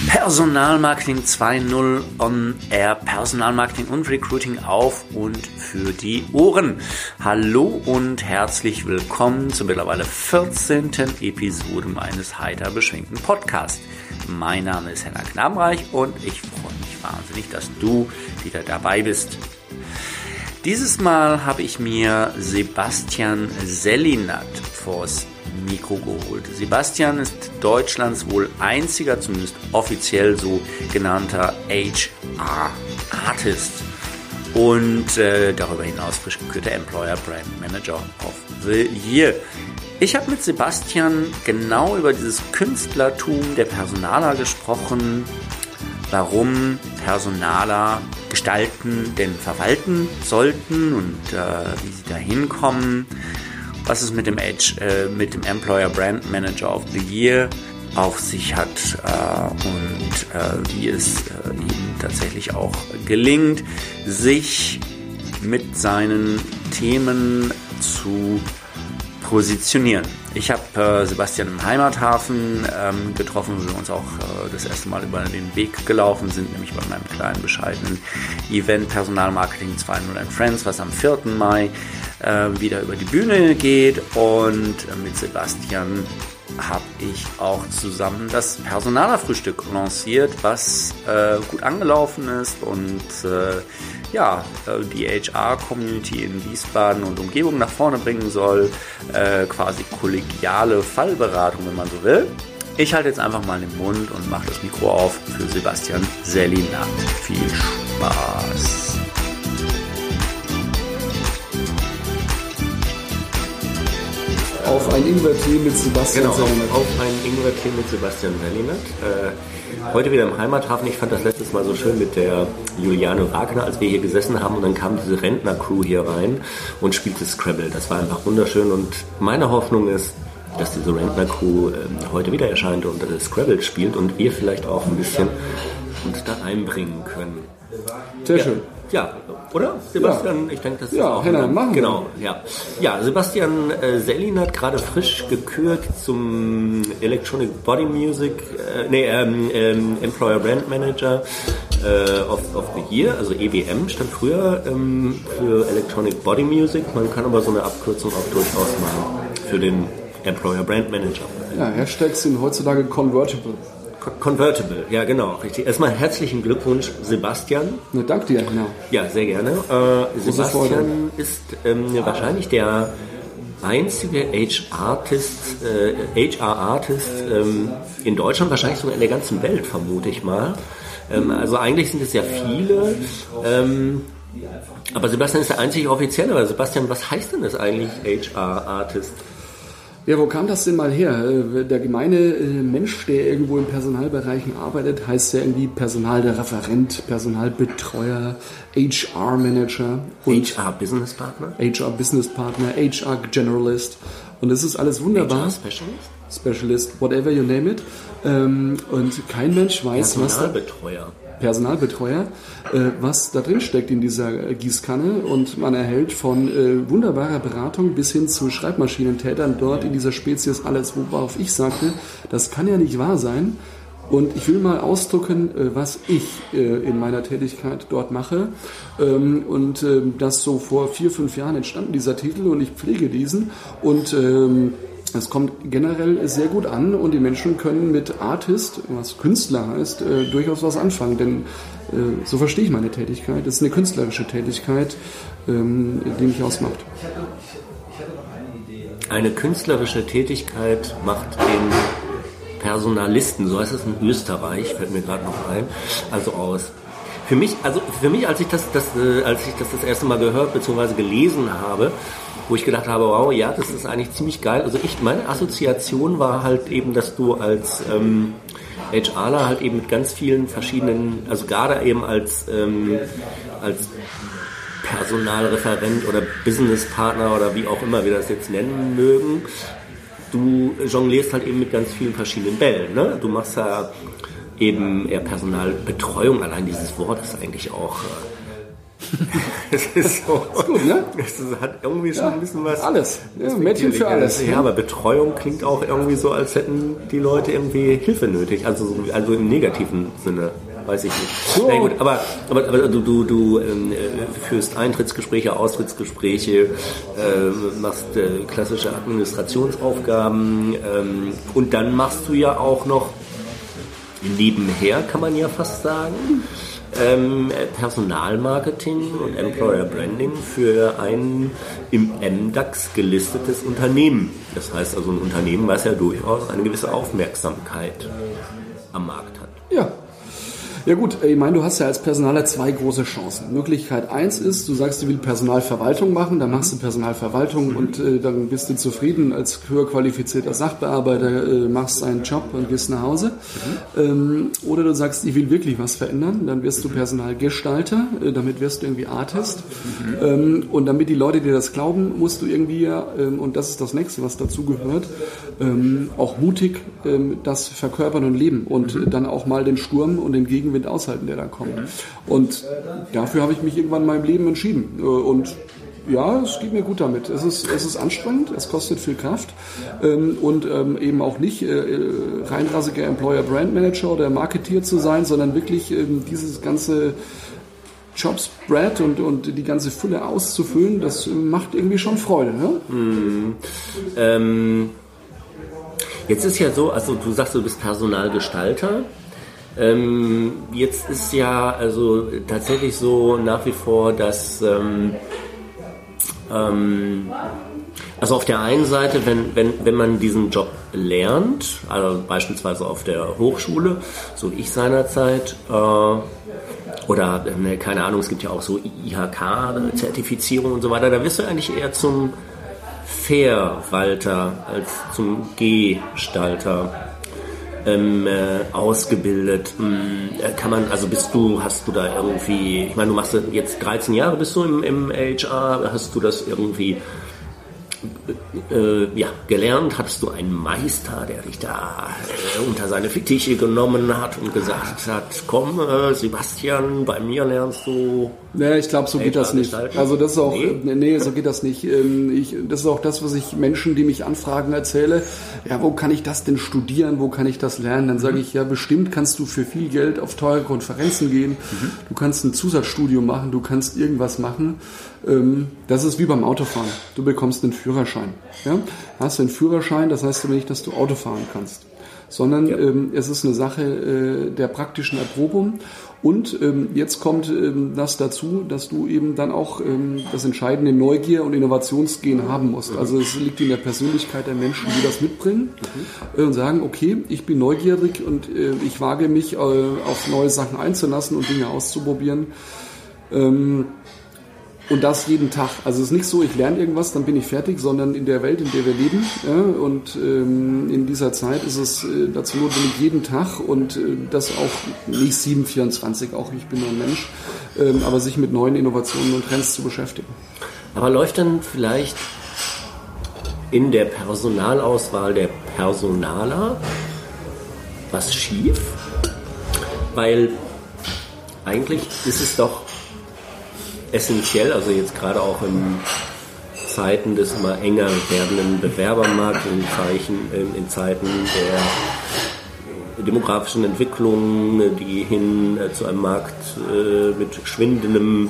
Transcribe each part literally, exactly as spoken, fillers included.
Personalmarketing zwei Punkt null on Air, Personalmarketing und Recruiting auf und für die Ohren. Hallo und herzlich willkommen zur mittlerweile vierzehnten Episode meines heiter beschwingten Podcasts. Mein Name ist Henna Knabenreich und ich freue mich wahnsinnig, dass du wieder dabei bist. Dieses Mal habe ich mir Sebastian Sellinat vors Mikro geholt. Sebastian ist Deutschlands wohl einziger, zumindest offiziell so genannter H R-Artist und äh, darüber hinaus frisch gekürter Employer Brand Manager of the Year. Ich habe mit Sebastian genau über dieses Künstlertum der Personaler gesprochen, warum Personaler gestalten denn verwalten sollten und äh, wie sie da hinkommen, was es mit dem, Age, äh, mit dem Employer Brand Manager of the Year auf sich hat äh, und äh, wie es äh, ihm tatsächlich auch gelingt, sich mit seinen Themen zu positionieren. Ich habe äh, Sebastian im Heimathafen ähm, getroffen, wo wir uns auch äh, das erste Mal über den Weg gelaufen sind, nämlich bei meinem kleinen, bescheidenen Event Personalmarketing zwei Punkt null and Friends, was am vierten Mai äh, wieder über die Bühne geht. Und äh, mit Sebastian habe ich auch zusammen das Personalerfrühstück lanciert, was äh, gut angelaufen ist und äh, ja, die H R-Community in Wiesbaden und Umgebung nach vorne bringen soll. Äh, quasi kollegiale Fallberatung, wenn man so will. Ich halte jetzt einfach mal den Mund und mache das Mikro auf für Sebastian Sellinat. Viel Spaß! Auf ein Ingwertee mit Sebastian genau, Sellinat. Auf, auf ein Ingwertee mit Sebastian Sellinat. Äh, heute wieder im Heimathafen. Ich fand das letztes Mal so schön mit der Juliane Wagner, als wir hier gesessen haben und dann kam diese Rentner-Crew hier rein und spielte Scrabble. Das war einfach wunderschön und meine Hoffnung ist, dass diese Rentner-Crew äh, heute wieder erscheint und äh, Scrabble spielt und wir vielleicht auch ein bisschen uns da einbringen können. Sehr ja. schön. Ja, oder? Sebastian, ja. ich denke, das ist ja, auch... Henna, machen wir. Genau, ja. Ja, Sebastian äh, Sellinat, gerade frisch gekürt zum Electronic Body Music, äh, nee, ähm, ähm, Employer Brand Manager äh, of, of the Year, also E B M stand früher ähm, für Electronic Body Music. Man kann aber so eine Abkürzung auch durchaus machen für den Employer Brand Manager. Ja, Hashtags sind heutzutage convertible. Convertible, ja genau, richtig. Erstmal herzlichen Glückwunsch, Sebastian. Na, danke dir, genau. Ja, sehr gerne. Äh, Sebastian ist ähm, wahrscheinlich der einzige H R-Artist, äh, H R-Artist ähm, in Deutschland, wahrscheinlich sogar in der ganzen Welt, vermute ich mal. Ähm, also eigentlich sind es ja viele. Ähm, aber Sebastian ist der einzige offizielle. Aber Sebastian, was heißt denn das eigentlich, H R-Artist? Ja, wo kam das denn mal her? Der gemeine Mensch, der irgendwo in Personalbereichen arbeitet, heißt ja irgendwie Personalreferent, Personalbetreuer, H R-Manager. H R-Business-Partner? H R-Business-Partner, H R-Generalist. Und das ist alles wunderbar. H R-Specialist? Specialist, whatever you name it. Und kein Mensch weiß, was da... Personalbetreuer. Personalbetreuer, äh, was da drin steckt in dieser Gießkanne und man erhält von äh, wunderbarer Beratung bis hin zu Schreibmaschinentätern dort in dieser Spezies alles, worauf ich sagte, das kann ja nicht wahr sein. Und ich will mal ausdrücken, äh, was ich äh, in meiner Tätigkeit dort mache. Ähm, und äh, das so vor vier, fünf Jahren entstanden, dieser Titel, und ich pflege diesen. Und ähm, es kommt generell sehr gut an und die Menschen können mit Artist, was Künstler heißt, äh, durchaus was anfangen, denn äh, so verstehe ich meine Tätigkeit. Es ist eine künstlerische Tätigkeit, ähm, die mich ausmacht. Eine künstlerische Tätigkeit macht den Personalisten, so heißt es in Österreich, fällt mir gerade noch ein, also aus. Für mich, also für mich, als ich das, das, äh, als ich das das erste Mal gehört bzw. gelesen habe, wo ich gedacht habe, wow, ja, das ist eigentlich ziemlich geil. Also ich, meine Assoziation war halt eben, dass du als ähm, HRler halt eben mit ganz vielen verschiedenen, also gerade eben als ähm, als Personalreferent oder Businesspartner oder wie auch immer wir das jetzt nennen mögen, du jonglierst halt eben mit ganz vielen verschiedenen Bällen, ne? Du machst ja eben eher Personalbetreuung, allein dieses Wort ist eigentlich auch äh, Es ist so. Ist gut, ne? Es hat irgendwie schon Ja, ein bisschen was. alles. Ja, Mädchen für alles. Ja, aber Betreuung klingt auch irgendwie so, als hätten die Leute irgendwie Hilfe nötig. Also, also im negativen Sinne. Weiß ich nicht. So. Na gut, aber, aber, aber du, du, du ähm, führst Eintrittsgespräche, Austrittsgespräche, äh, machst äh, klassische Administrationsaufgaben ähm, und dann machst du ja auch noch nebenher, kann man ja fast sagen, ähm, Personalmarketing und Employer Branding für ein im M DAX gelistetes Unternehmen. Das heißt also ein Unternehmen, was ja durchaus eine gewisse Aufmerksamkeit am Markt hat. Ja. Ja gut, ich meine, du hast ja als Personaler zwei große Chancen. Möglichkeit eins ist, du sagst, du willst Personalverwaltung machen, dann machst du Personalverwaltung mhm. und äh, dann bist du zufrieden als höher qualifizierter Sachbearbeiter, äh, machst einen Job und gehst nach Hause. Mhm. Ähm, oder du sagst, ich will wirklich was verändern, dann wirst du Personalgestalter, äh, damit wirst du irgendwie Artist. Mhm. Ähm, und damit die Leute dir das glauben, musst du irgendwie, ähm, und das ist das Nächste, was dazu gehört, ähm, auch mutig ähm, das verkörpern und leben und mhm. äh, dann auch mal den Sturm und den Gegenwind aushalten, der da kommt. Und dafür habe ich mich irgendwann in meinem Leben entschieden. Und ja, es geht mir gut damit. Es ist, es ist anstrengend, es kostet viel Kraft und eben auch nicht reinrassiger Employer Brand Manager oder Marketeer zu sein, sondern wirklich dieses ganze Jobspread und, und die ganze Fülle auszufüllen, das macht irgendwie schon Freude. Ne? Mhm. Ähm, jetzt ist ja so, also du sagst, du bist Personalgestalter. Ähm, jetzt ist ja also tatsächlich so nach wie vor, dass ähm, ähm, also auf der einen Seite, wenn, wenn, wenn man diesen Job lernt, also beispielsweise auf der Hochschule, so wie ich seinerzeit, äh, oder ne, keine Ahnung, es gibt ja auch so I H K-Zertifizierung und so weiter, da wirst du eigentlich eher zum Verwalter als zum Gestalter Ähm, äh, ausgebildet. Hm, kann man, also bist du, hast du da irgendwie, ich meine, du machst jetzt dreizehn Jahre, bist du im, im H R, hast du das irgendwie äh, ja, gelernt? Hattest du einen Meister, der dich da äh, unter seine Fittiche genommen hat und gesagt hat, komm, äh, Sebastian, bei mir lernst du... Ja, ich glaube, so geht das nicht. Also das ist auch, nee. nee, so geht das nicht. Ich, das ist auch das, was ich Menschen, die mich anfragen, erzähle. Ja, wo kann ich das denn studieren? Wo kann ich das lernen? Dann sage ich, ja, bestimmt kannst du für viel Geld auf teure Konferenzen gehen. Mhm. Du kannst ein Zusatzstudium machen. Du kannst irgendwas machen. Das ist wie beim Autofahren. Du bekommst einen Führerschein. Ja? Hast du einen Führerschein, das heißt aber nicht, dass du Auto fahren kannst. Sondern ja. ähm, es ist eine Sache äh, der praktischen Erprobung. Und ähm, jetzt kommt ähm, das dazu, dass du eben dann auch ähm, das entscheidende Neugier und Innovationsgehen haben musst. Mhm. Also es liegt in der Persönlichkeit der Menschen, die das mitbringen mhm. äh, und sagen, okay, ich bin neugierig und äh, ich wage mich äh, auf neue Sachen einzulassen und Dinge auszuprobieren. Ähm, Und das jeden Tag. Also es ist nicht so, ich lerne irgendwas, dann bin ich fertig, sondern in der Welt, in der wir leben. Ja, und ähm, in dieser Zeit ist es äh, dazu notwendig, jeden Tag und äh, das auch nicht sieben vierundzwanzig, auch ich bin nur ein Mensch, ähm, aber sich mit neuen Innovationen und Trends zu beschäftigen. Aber läuft dann vielleicht in der Personalauswahl der Personaler was schief? Weil eigentlich ist es doch essentiell, also jetzt gerade auch in Zeiten des immer enger werdenden Bewerbermarkts, in, Zeichen, in Zeiten der demografischen Entwicklung, die hin zu einem Markt mit schwindendem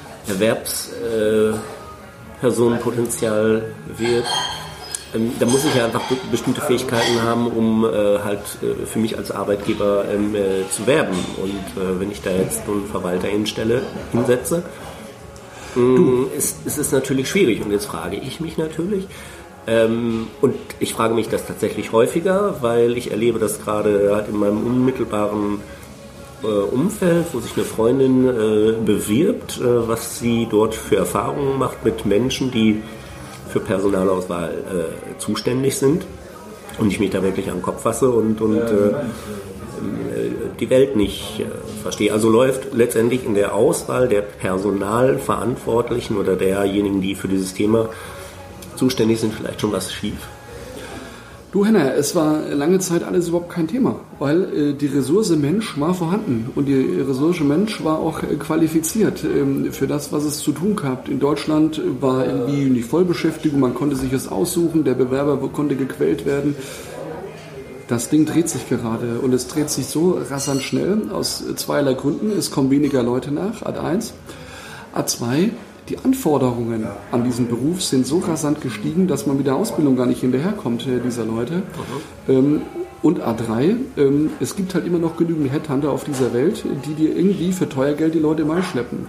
Erwerbspersonenpotenzial wird. Da muss ich ja einfach bestimmte Fähigkeiten haben, um äh, halt äh, für mich als Arbeitgeber ähm, äh, zu werben. Und äh, wenn ich da jetzt einen Verwalter hinstelle, hinsetze, Du. Es, es ist natürlich schwierig und jetzt frage ich mich natürlich ähm, und ich frage mich das tatsächlich häufiger, weil ich erlebe das gerade halt in meinem unmittelbaren äh, Umfeld, wo sich eine Freundin äh, bewirbt, äh, was sie dort für Erfahrungen macht mit Menschen, die für Personalauswahl äh, zuständig sind und ich mich da wirklich an den Kopf fasse und, und äh, die Welt nicht äh, verstehe. Also läuft letztendlich in der Auswahl der Personalverantwortlichen oder derjenigen, die für dieses Thema zuständig sind, vielleicht schon was schief. Du Henner, es war lange Zeit alles überhaupt kein Thema, weil äh, die Ressource Mensch war vorhanden und die Ressource Mensch war auch äh, qualifiziert ähm, für das, was es zu tun gab. In Deutschland war irgendwie nicht Vollbeschäftigung, man konnte sich es aussuchen, der Bewerber konnte gequält werden. Das Ding dreht sich gerade und es dreht sich so rasant schnell aus zweierlei Gründen. Es kommen weniger Leute nach, Ad eins. Ad zwei, die Anforderungen an diesen Beruf sind so rasant gestiegen, dass man mit der Ausbildung gar nicht hinterherkommt, dieser Leute. Mhm. Und A drei, es gibt halt immer noch genügend Headhunter auf dieser Welt, die dir irgendwie für teuer Geld die Leute mal schleppen.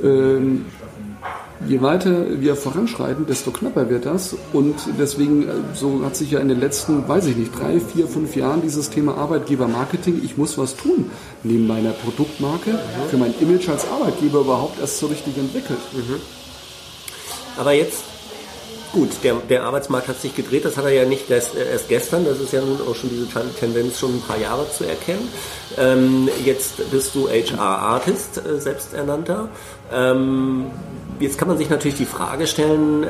Je weiter wir voranschreiten, desto knapper wird das. Und deswegen, so hat sich ja in den letzten, weiß ich nicht, drei, vier, fünf Jahren dieses Thema Arbeitgebermarketing, ich muss was tun, neben meiner Produktmarke, mhm. für mein Image als Arbeitgeber überhaupt erst so richtig entwickelt. Mhm. Aber jetzt, gut, der, der Arbeitsmarkt hat sich gedreht, das hat er ja nicht erst, erst gestern, das ist ja nun auch schon diese Tendenz schon ein paar Jahre zu erkennen. Ähm, jetzt bist du H R-Artist, äh, selbsternannter. Ähm, Jetzt kann man sich natürlich die Frage stellen,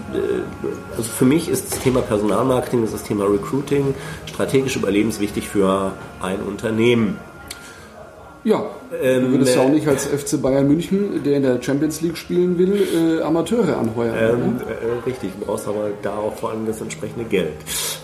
also für mich ist das Thema Personalmarketing, ist das Thema Recruiting strategisch überlebenswichtig für ein Unternehmen. Ja, ähm, du würdest ja auch nicht als F C Bayern München, der in der Champions League spielen will, äh, Amateure anheuern. Ähm, äh, richtig, du brauchst aber da auch vor allem das entsprechende Geld.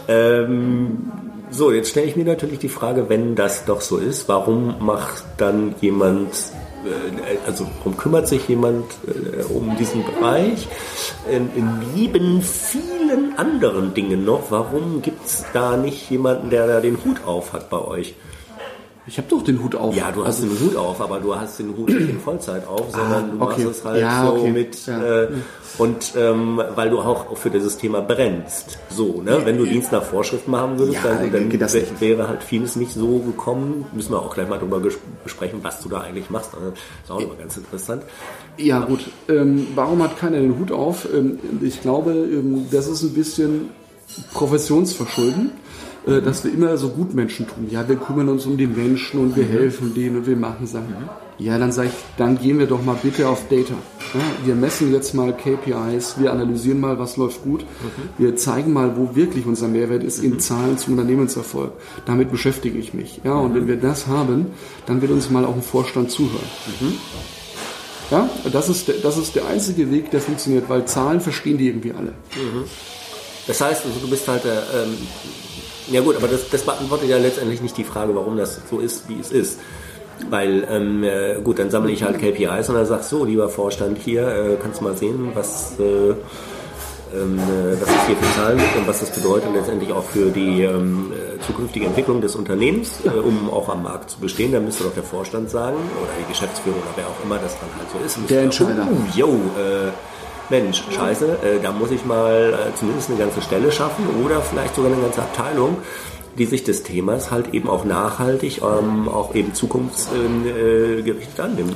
Ähm, so, jetzt stelle ich mir natürlich die Frage, wenn das doch so ist, warum macht dann jemand... Also warum kümmert sich jemand äh, um diesen Bereich? In, in lieben vielen anderen Dingen noch. Warum gibt es da nicht jemanden, der da den Hut auf hat bei euch? Ich habe doch den Hut auf. Ja, du hast also, den Hut auf, aber du hast den Hut nicht in Vollzeit auf, sondern ah, okay. du machst es halt ja, so okay. mit ja. äh, und ähm, weil du auch für dieses Thema brennst. So, ne? Wenn du Dienst nach Vorschrift machen würdest, ja, dann, dann das w- wäre halt vieles nicht so gekommen. Müssen wir auch gleich mal drüber ges- besprechen, was du da eigentlich machst. Das ist auch immer ganz interessant. Ja gut, ähm, warum hat keiner den Hut auf? Ähm, ich glaube, ähm, das ist ein bisschen Professionsverschulden. Dass wir immer so Gutmenschen tun. Ja, wir kümmern uns um die Menschen und wir mhm. helfen denen und wir machen Sachen. Mhm. Ja, dann sage ich, dann gehen wir doch mal bitte auf Data. Ja, wir messen jetzt mal K P Is, wir analysieren mal, was läuft gut. Mhm. Wir zeigen mal, wo wirklich unser Mehrwert ist in Zahlen zum Unternehmenserfolg. Damit beschäftige ich mich. Ja, und mhm. wenn wir das haben, dann wird uns mal auch ein Vorstand zuhören. Mhm. Ja, das ist, der, das ist der einzige Weg, der funktioniert, weil Zahlen verstehen die irgendwie alle. Mhm. Das heißt, also, du bist halt der... Ähm Ja gut, aber das, das beantwortet ja letztendlich nicht die Frage, warum das so ist, wie es ist. Weil, ähm, äh, gut, dann sammle ich halt K P Is und dann sagst so, lieber Vorstand, hier äh, kannst du mal sehen, was, äh, ähm, was es hier für Zahlen gibt und was das bedeutet letztendlich auch für die ähm, zukünftige Entwicklung des Unternehmens, äh, um auch am Markt zu bestehen. Da müsste doch der Vorstand sagen, oder die Geschäftsführung oder wer auch immer das dann halt so ist. Der Entscheider. Oh, yo, äh, Mensch, scheiße, äh, da muss ich mal äh, zumindest eine ganze Stelle schaffen oder vielleicht sogar eine ganze Abteilung, die sich des Themas halt eben auch nachhaltig, ähm, auch eben zukunftsgerichtet äh, annimmt.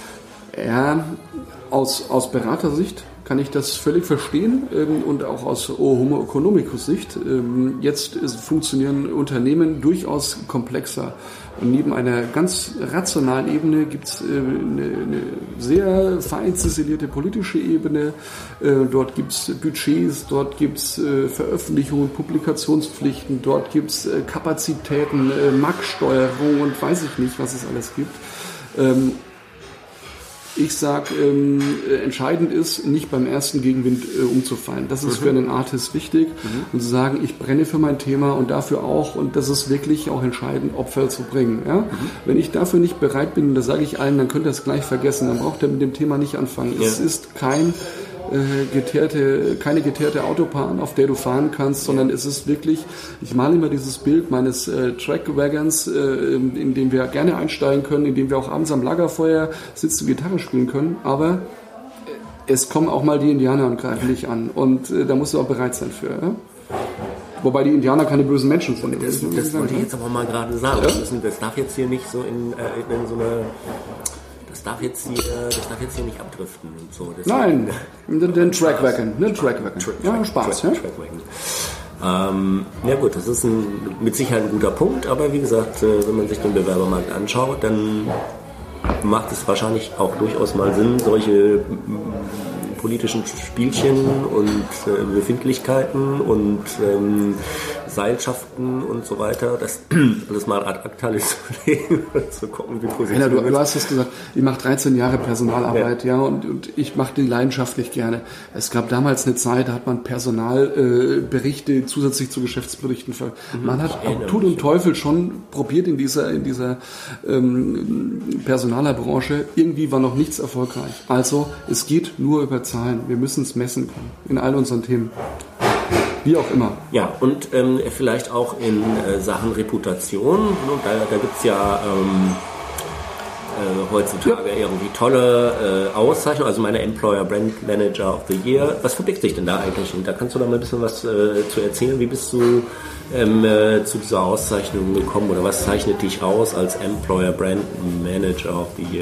Ja, aus, aus Beratersicht kann ich das völlig verstehen ähm, und auch aus Homo economicus Sicht. Ähm, jetzt ist, funktionieren Unternehmen durchaus komplexer. Und neben einer ganz rationalen Ebene gibt es äh, eine, eine sehr fein ziselierte politische Ebene. Äh, dort gibt es Budgets, dort gibt es äh, Veröffentlichungen, Publikationspflichten, dort gibt es äh, Kapazitäten, äh, Marktsteuerung und weiß ich nicht, was es alles gibt. Ähm, Ich sage, ähm, entscheidend ist, nicht beim ersten Gegenwind äh, umzufallen. Das ist mhm. für einen Artist wichtig. Mhm. Und zu sagen, ich brenne für mein Thema und dafür auch. Und das ist wirklich auch entscheidend, Opfer zu bringen. Ja? Mhm. Wenn ich dafür nicht bereit bin, und das sage ich allen, dann könnt ihr es gleich vergessen. Dann braucht ihr mit dem Thema nicht anfangen. Ja. Es ist kein... Äh, geteerte, keine geteerte Autobahn, auf der du fahren kannst, sondern es ist wirklich, ich male immer dieses Bild meines äh, Trackwagons, äh, in, in dem wir gerne einsteigen können, in dem wir auch abends am Lagerfeuer sitzen und Gitarre spielen können, aber es kommen auch mal die Indianer und greifen dich an und äh, da musst du auch bereit sein für. Ja? Wobei die Indianer keine bösen Menschen sind. Das, das, das wollte ich jetzt aber mal gerade sagen. Ja? Das, das darf jetzt hier nicht so in, äh, in so eine... Das darf jetzt hier, das darf jetzt hier nicht abdriften und so. Das Nein, den, den Trackwagon, den Trackwagon. Tra- ja, Spaß, Tra- ja. Trackwagon. Ähm, ja gut, das ist ein, mit Sicherheit ein guter Punkt, aber wie gesagt, wenn man sich den Bewerbermarkt anschaut, dann macht es wahrscheinlich auch durchaus mal Sinn, solche politischen Spielchen und äh, Befindlichkeiten und ähm, Seilschaften und so weiter, das alles mal ad acta zu legen und zu gucken, wie positiv. Du, du hast es gesagt, ich mache dreizehn Jahre Personalarbeit, ja, ja und, und ich mache die leidenschaftlich gerne. Es gab damals eine Zeit, da hat man Personalberichte äh, zusätzlich zu Geschäftsberichten. Ver- mhm, man hat auch Tut und Teufel schon probiert in dieser, in dieser ähm, Personalerbranche. Irgendwie war noch nichts erfolgreich. Also es geht nur über Zahlen. Wir müssen es messen können in all unseren Themen. Wie auch immer. Ja, und ähm, vielleicht auch in äh, Sachen Reputation. Da, da gibt es ja ähm, äh, heutzutage ja. irgendwie tolle äh, Auszeichnungen. Also meine Employer Brand Manager of the Year. Was verbirgt sich denn da eigentlich? Und da kannst du da mal ein bisschen was äh, zu erzählen. Wie bist du ähm, äh, zu dieser Auszeichnung gekommen? Oder was zeichnet dich aus als Employer Brand Manager of the Year?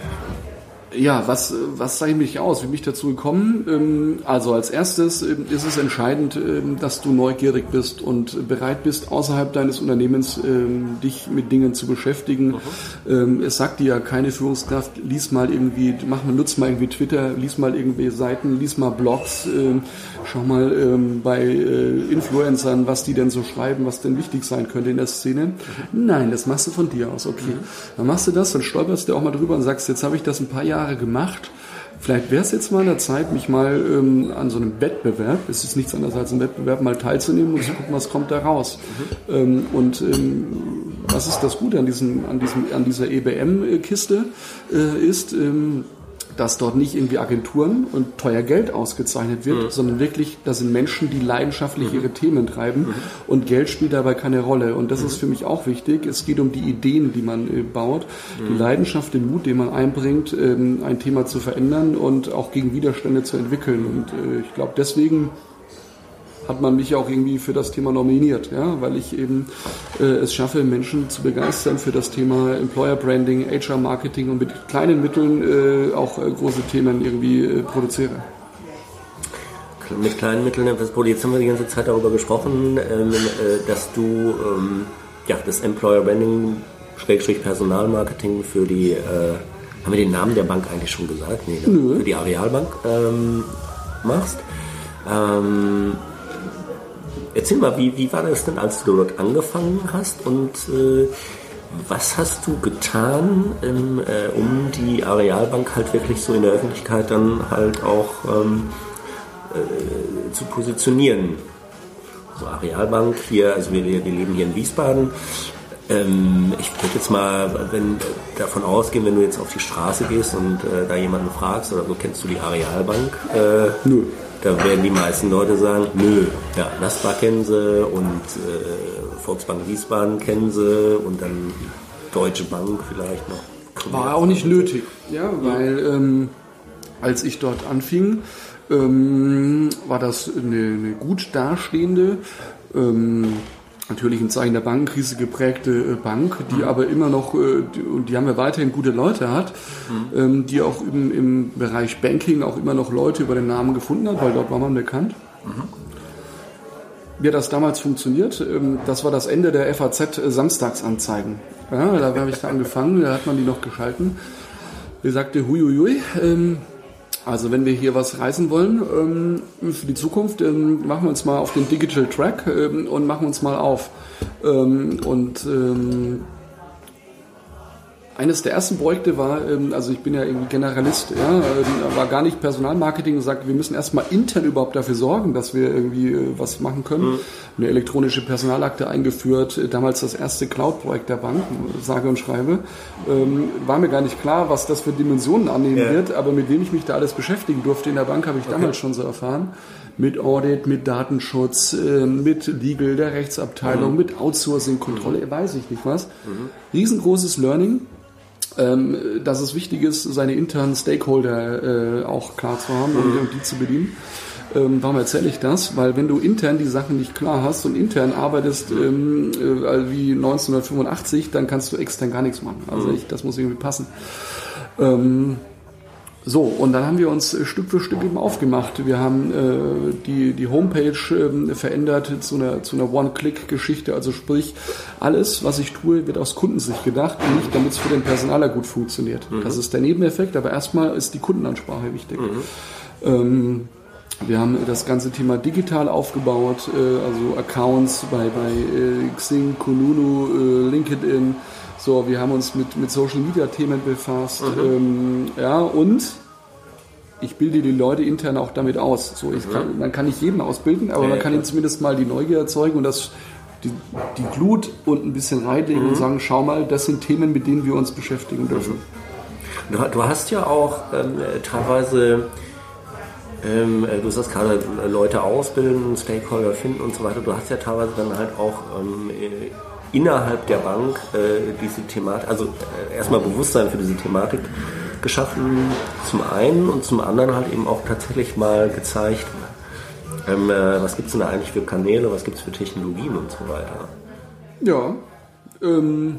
Ja, was, was zeichnet mich aus? Wie bin ich dazu gekommen? Also als erstes ist es entscheidend, dass du neugierig bist und bereit bist, außerhalb deines Unternehmens dich mit Dingen zu beschäftigen. Mhm. Es sagt dir ja keine Führungskraft, lies mal irgendwie, mach mal, nutz mal irgendwie Twitter, lies mal irgendwie Seiten, lies mal Blogs, schau mal bei Influencern, was die denn so schreiben, was denn wichtig sein könnte in der Szene. Mhm. Nein, das machst du von dir aus, okay. Mhm. Dann machst du das, dann stolperst du auch mal drüber und sagst, jetzt habe ich das ein paar Jahre gemacht. Vielleicht wäre es jetzt mal an der Zeit, mich mal ähm, an so einem Wettbewerb, es ist nichts anderes als ein Wettbewerb, mal teilzunehmen und zu gucken, was kommt da raus. Mhm. Ähm, und ähm, was ist das Gute an diesem, an diesem, an dieser E B M-Kiste äh, ist, ähm, dass dort nicht irgendwie Agenturen und teuer Geld ausgezeichnet wird, mhm. sondern wirklich, das sind Menschen, die leidenschaftlich mhm. ihre Themen treiben mhm. und Geld spielt dabei keine Rolle. Und das mhm. ist für mich auch wichtig. Es geht um die Ideen, die man äh, baut, mhm. die Leidenschaft, den Mut, den man einbringt, ähm, ein Thema zu verändern und auch gegen Widerstände zu entwickeln. Und äh, ich glaube, deswegen hat man mich auch irgendwie für das Thema nominiert, ja, weil ich eben äh, es schaffe, Menschen zu begeistern für das Thema Employer Branding, H R-Marketing und mit kleinen Mitteln äh, auch äh, große Themen irgendwie äh, produziere. Mit kleinen Mitteln, jetzt haben wir die ganze Zeit darüber gesprochen, ähm, äh, dass du ähm, ja, das Employer Branding Schrägstrich Personalmarketing für die, äh, haben wir den Namen der Bank eigentlich schon gesagt? Nee, Nö. Für die Arealbank ähm, machst. Ähm, Erzähl mal, wie, wie war das denn, als du dort angefangen hast und äh, was hast du getan, ähm, äh, um die Arealbank halt wirklich so in der Öffentlichkeit dann halt auch ähm, äh, zu positionieren? So Arealbank hier, also wir, wir leben hier in Wiesbaden. Ähm, ich würde jetzt mal wenn, davon ausgehen, wenn du jetzt auf die Straße gehst und äh, da jemanden fragst oder so, kennst du die Arealbank? Äh, Nö. Da werden die meisten Leute sagen, nö, ja, Nasdaq kennen sie und äh, Volksbank Wiesbaden kennen sie und dann Deutsche Bank vielleicht noch. War auch nicht nötig, ja, weil ähm, als ich dort anfing, ähm, war das eine, eine gut dastehende, ähm, natürlich im Zeichen der Bankenkrise geprägte Bank, die mhm. aber immer noch, und die, die haben ja weiterhin gute Leute hat, mhm. ähm, die auch im, im Bereich Banking auch immer noch Leute über den Namen gefunden hat, weil dort war man bekannt. Mhm. Wie hat das damals funktioniert? Ähm, das war das Ende der F A Z-Samstagsanzeigen. Ja, da habe ich da angefangen, da hat man die noch geschalten. Die sagte, huiuiui, ähm, also wenn wir hier was reißen wollen ähm, für die Zukunft, ähm, machen wir uns mal auf den Digital Track ähm, und machen uns mal auf. Ähm, und ähm, eines der ersten Projekte war, ähm, also ich bin ja irgendwie Generalist, ja, äh, war gar nicht Personalmarketing und sagte, wir müssen erstmal intern überhaupt dafür sorgen, dass wir irgendwie äh, was machen können. Mhm. Eine elektronische Personalakte eingeführt, damals das erste Cloud-Projekt der Bank, sage und schreibe. Ähm, war mir gar nicht klar, was das für Dimensionen annehmen ja. wird, aber mit wem ich mich da alles beschäftigen durfte in der Bank, habe ich okay. damals schon so erfahren. Mit Audit, mit Datenschutz, äh, mit Legal, der Rechtsabteilung, mhm. mit Outsourcing, Kontrolle, mhm. weiß ich nicht was. Mhm. Riesengroßes Learning. Ähm, dass es wichtig ist, seine internen Stakeholder äh, auch klar zu haben und, und die zu bedienen. Ähm, warum erzähle ich das? Weil wenn du intern die Sachen nicht klar hast und intern arbeitest ähm, äh, wie neunzehnhundertfünfundachtzig, dann kannst du extern gar nichts machen. Also ich, das muss irgendwie passen. Ähm, So, und dann haben wir uns Stück für Stück eben aufgemacht. Wir haben äh, die, die Homepage äh, verändert zu einer, zu einer One-Click-Geschichte. Also sprich, alles, was ich tue, wird aus Kundensicht gedacht und nicht, damit es für den Personaler gut funktioniert. Mhm. Das ist der Nebeneffekt, aber erstmal ist die Kundenansprache wichtig. Mhm. Ähm, Wir haben das ganze Thema digital aufgebaut, also Accounts bei, bei Xing, Kununu, LinkedIn. So, wir haben uns mit, mit Social Media Themen befasst. Mhm. Ähm, ja, und ich bilde die Leute intern auch damit aus. So, ich kann, man kann nicht jeden ausbilden, aber ja, man kann ja, ihnen zumindest mal die Neugier erzeugen und das, die, die Glut und ein bisschen reinlegen mhm. und sagen, schau mal, das sind Themen, mit denen wir uns beschäftigen dürfen. Du, du hast ja auch ähm, teilweise... Ähm, du sagst gerade Leute ausbilden, Stakeholder finden und so weiter. Du hast ja teilweise dann halt auch ähm, innerhalb der Bank äh, diese Thematik, also äh, erstmal Bewusstsein für diese Thematik geschaffen, zum einen und zum anderen halt eben auch tatsächlich mal gezeigt, ähm, äh, was gibt es denn da eigentlich für Kanäle, was gibt es für Technologien und so weiter. Ja, ähm,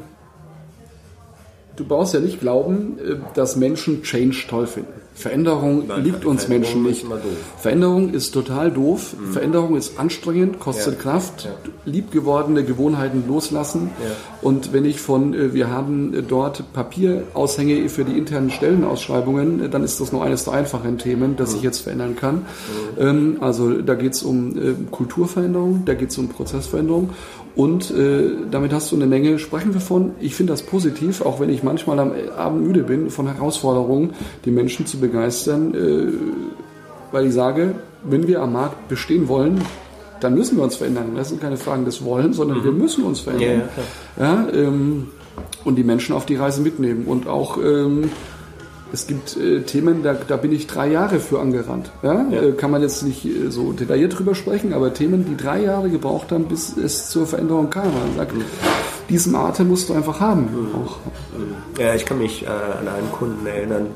du brauchst ja nicht glauben, dass Menschen Change toll finden. Veränderung Nein, liegt uns Menschen nicht. Veränderung ist total doof. Mhm. Veränderung ist anstrengend, kostet ja. Kraft. Ja. Liebgewordene Gewohnheiten loslassen. Ja. Und wenn ich von, wir haben dort Papieraushänge für die internen Stellenausschreibungen, dann ist das nur eines der einfachen Themen, das mhm. ich jetzt verändern kann. Mhm. Also da geht es um Kulturveränderung, da geht es um Prozessveränderung. Und äh, damit hast du eine Menge, sprechen wir von, ich finde das positiv, auch wenn ich manchmal am Abend müde bin, von Herausforderungen, die Menschen zu begeistern, äh, weil ich sage, wenn wir am Markt bestehen wollen, dann müssen wir uns verändern. Das sind keine Fragen des Wollen, sondern mhm. wir müssen uns verändern. Ja, ja, ja, ähm, und die Menschen auf die Reise mitnehmen. Und auch ähm, es gibt äh, Themen, da, da bin ich drei Jahre für angerannt. Ja? Ja. Äh, kann man jetzt nicht äh, so detailliert drüber sprechen, aber Themen, die drei Jahre gebraucht haben, bis es zur Veränderung kam. Man sagt, mhm. diesen Atem musst du einfach haben. Mhm. Auch. Ja, ich kann mich äh, an einen Kunden erinnern,